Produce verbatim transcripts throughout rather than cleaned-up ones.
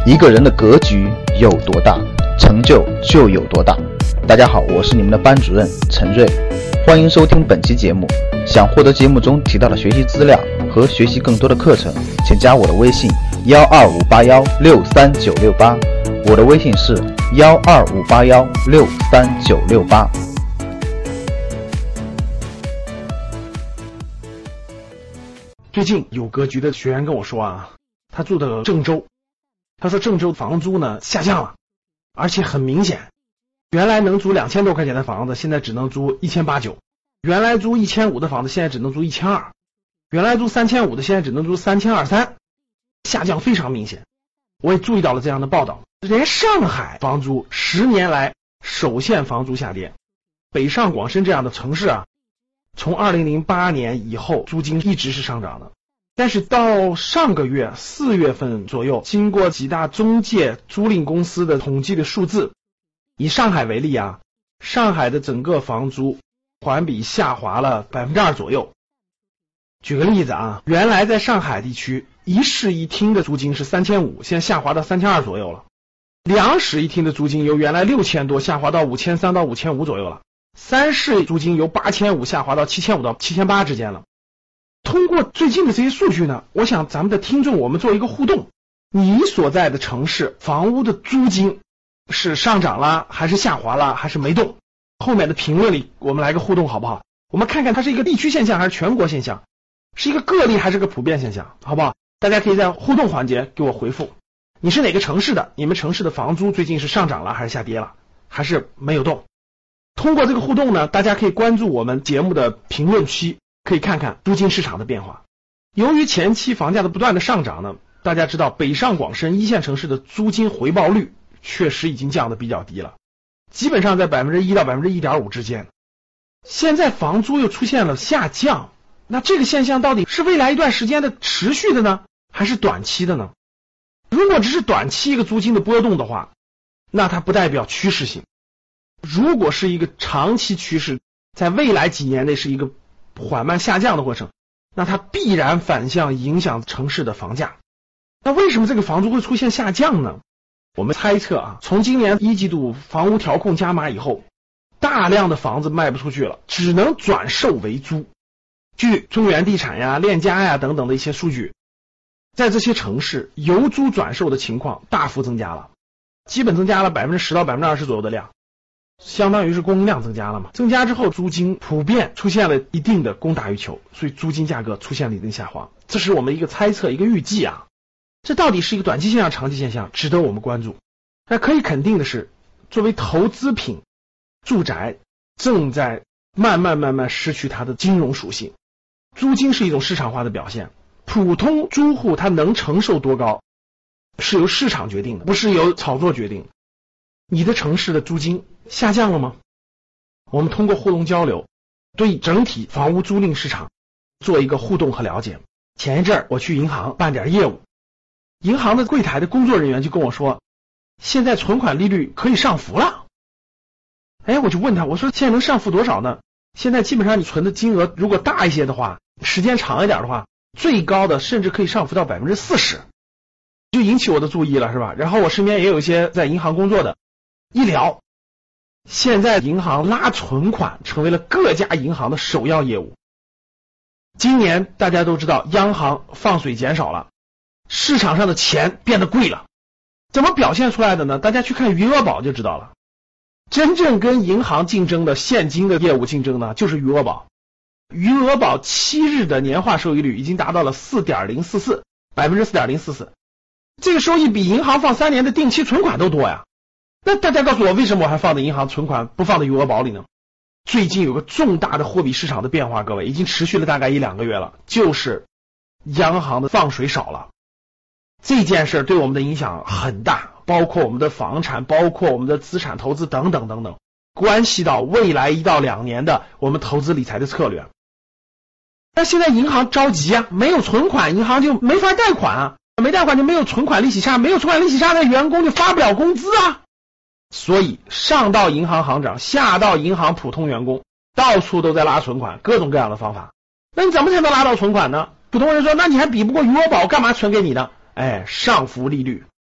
一个人的格局有多大，成就就有多大。大家好，我是你们的班主任陈瑞，欢迎收听本期节目。想获得节目中提到的学习资料和学习更多的课程，请加我的微信幺二五八幺六三九六八，我的微信是幺二五八幺六三九六八。 最近有格局的学员跟我说啊，他住的郑州，他说郑州房租呢下降了，而且很明显，原来能租两千多块钱的房子，现在只能租一千八九；原来租一千五的房子，现在只能租一千二；原来租三千五的，现在只能租三千二三，下降非常明显。我也注意到了这样的报道，连上海房租十年来首现房租下跌，北上广深这样的城市啊，从二零零八年以后租金一直是上涨的。但是到上个月四月份左右，经过几大中介租赁公司的统计的数字，以上海为例啊，上海的整个房租环比下滑了百分之二左右。举个例子啊，原来在上海地区一室一厅的租金是三千五，现在下滑到三千二左右了。两室一厅的租金由原来六千多下滑到五千三到五千五左右了。三室租金由八千五下滑到七千五到七千八之间了。通过最近的这些数据呢，我想咱们的听众我们做一个互动，你所在的城市房屋的租金是上涨了还是下滑了还是没动？后面的评论里我们来个互动好不好？我们看看它是一个地区现象还是全国现象，是一个个例还是个普遍现象，好不好？大家可以在互动环节给我回复，你是哪个城市的？你们城市的房租最近是上涨了还是下跌了还是没有动？通过这个互动呢，大家可以关注我们节目的评论区，可以看看租金市场的变化。由于前期房价的不断的上涨呢，大家知道北上广深一线城市的租金回报率确实已经降得比较低了，基本上在 百分之一 到 百分之一点五 之间。现在房租又出现了下降，那这个现象到底是未来一段时间的持续的呢，还是短期的呢？如果只是短期一个租金的波动的话，那它不代表趋势性。如果是一个长期趋势，在未来几年内是一个缓慢下降的过程，那它必然反向影响城市的房价。那为什么这个房租会出现下降呢？我们猜测啊，从今年一季度房屋调控加码以后，大量的房子卖不出去了，只能转售为租。据中原地产呀、链家呀等等的一些数据，在这些城市由租转售的情况大幅增加了，基本增加了 百分之十 到 百分之二十 左右的量，相当于是供应量增加了嘛。增加之后，租金普遍出现了一定的供大于求，所以租金价格出现了一定下滑。这是我们一个猜测，一个预计啊。这到底是一个短期现象、长期现象，值得我们关注。那可以肯定的是，作为投资品，住宅正在慢慢慢慢失去它的金融属性。租金是一种市场化的表现，普通租户他能承受多高，是由市场决定的，不是由炒作决定的。你的城市的租金下降了吗？我们通过互动交流，对整体房屋租赁市场做一个互动和了解。前一阵儿我去银行办点业务，银行的柜台的工作人员就跟我说，现在存款利率可以上浮了。哎，我就问他，我说现在能上浮多少呢？现在基本上你存的金额如果大一些的话，时间长一点的话，最高的甚至可以上浮到 百分之四十， 就引起我的注意了，是吧？然后我身边也有一些在银行工作的，一聊，现在银行拉存款成为了各家银行的首要业务。今年大家都知道央行放水减少了，市场上的钱变得贵了，怎么表现出来的呢？大家去看余额宝就知道了。真正跟银行竞争的现金的业务竞争呢，就是余额宝。余额宝七日的年化收益率已经达到了 四点零四四， 百分之四点零四四， 这个收益比银行放三年的定期存款都多呀。那大家告诉我，为什么我还放在银行存款不放在余额宝里呢？最近有个重大的货币市场的变化，各位，已经持续了大概一两个月了，就是央行的放水少了。这件事对我们的影响很大，包括我们的房产，包括我们的资产投资等等等等，关系到未来一到两年的我们投资理财的策略。那现在银行着急啊，没有存款，银行就没法贷款啊，没贷款就没有存款利息差，没有存款利息差，那员工就发不了工资啊。所以上到银行行长，下到银行普通员工，到处都在拉存款，各种各样的方法。那你怎么才能拉到存款呢？普通人说，那你还比不过余额宝，干嘛存给你呢？哎，上浮利率，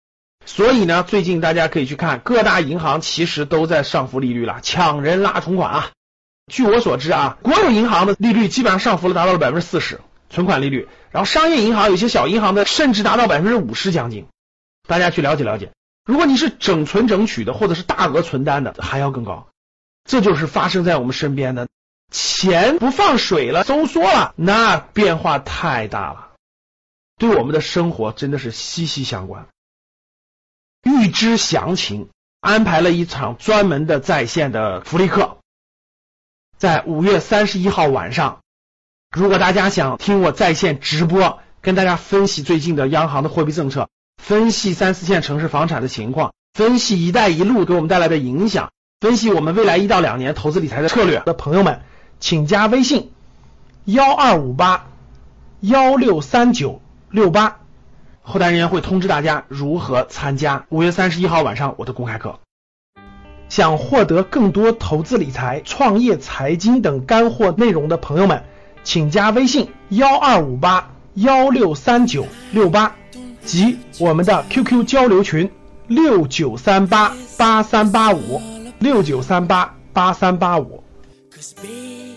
所以呢，最近大家可以去看各大银行其实都在上浮利率了，抢人拉存款啊。据我所知啊，国有银行的利率基本上上浮了达到了 百分之四十 存款利率，然后商业银行有些小银行的甚至达到 百分之五十 将近。大家去了解了解，如果你是整存整取的或者是大额存单的还要更高。这就是发生在我们身边的，钱不放水了，收缩了，那变化太大了，对我们的生活真的是息息相关。预知详情，安排了一场专门的在线的福利课，在五月三十一号晚上。如果大家想听我在线直播，跟大家分析最近的央行的货币政策，分析三四线城市房产的情况，分析一带一路给我们带来的影响，分析我们未来一到两年投资理财的策略的朋友们，请加微信幺二五八幺六三九六八，后台人员会通知大家如何参加五月三十一号晚上我的公开课。想获得更多投资理财、创业、财经等干货内容的朋友们，请加微信幺二五八幺六三九六八及我们的 Q Q 交流群六九三八八三八五六九三八八三八五。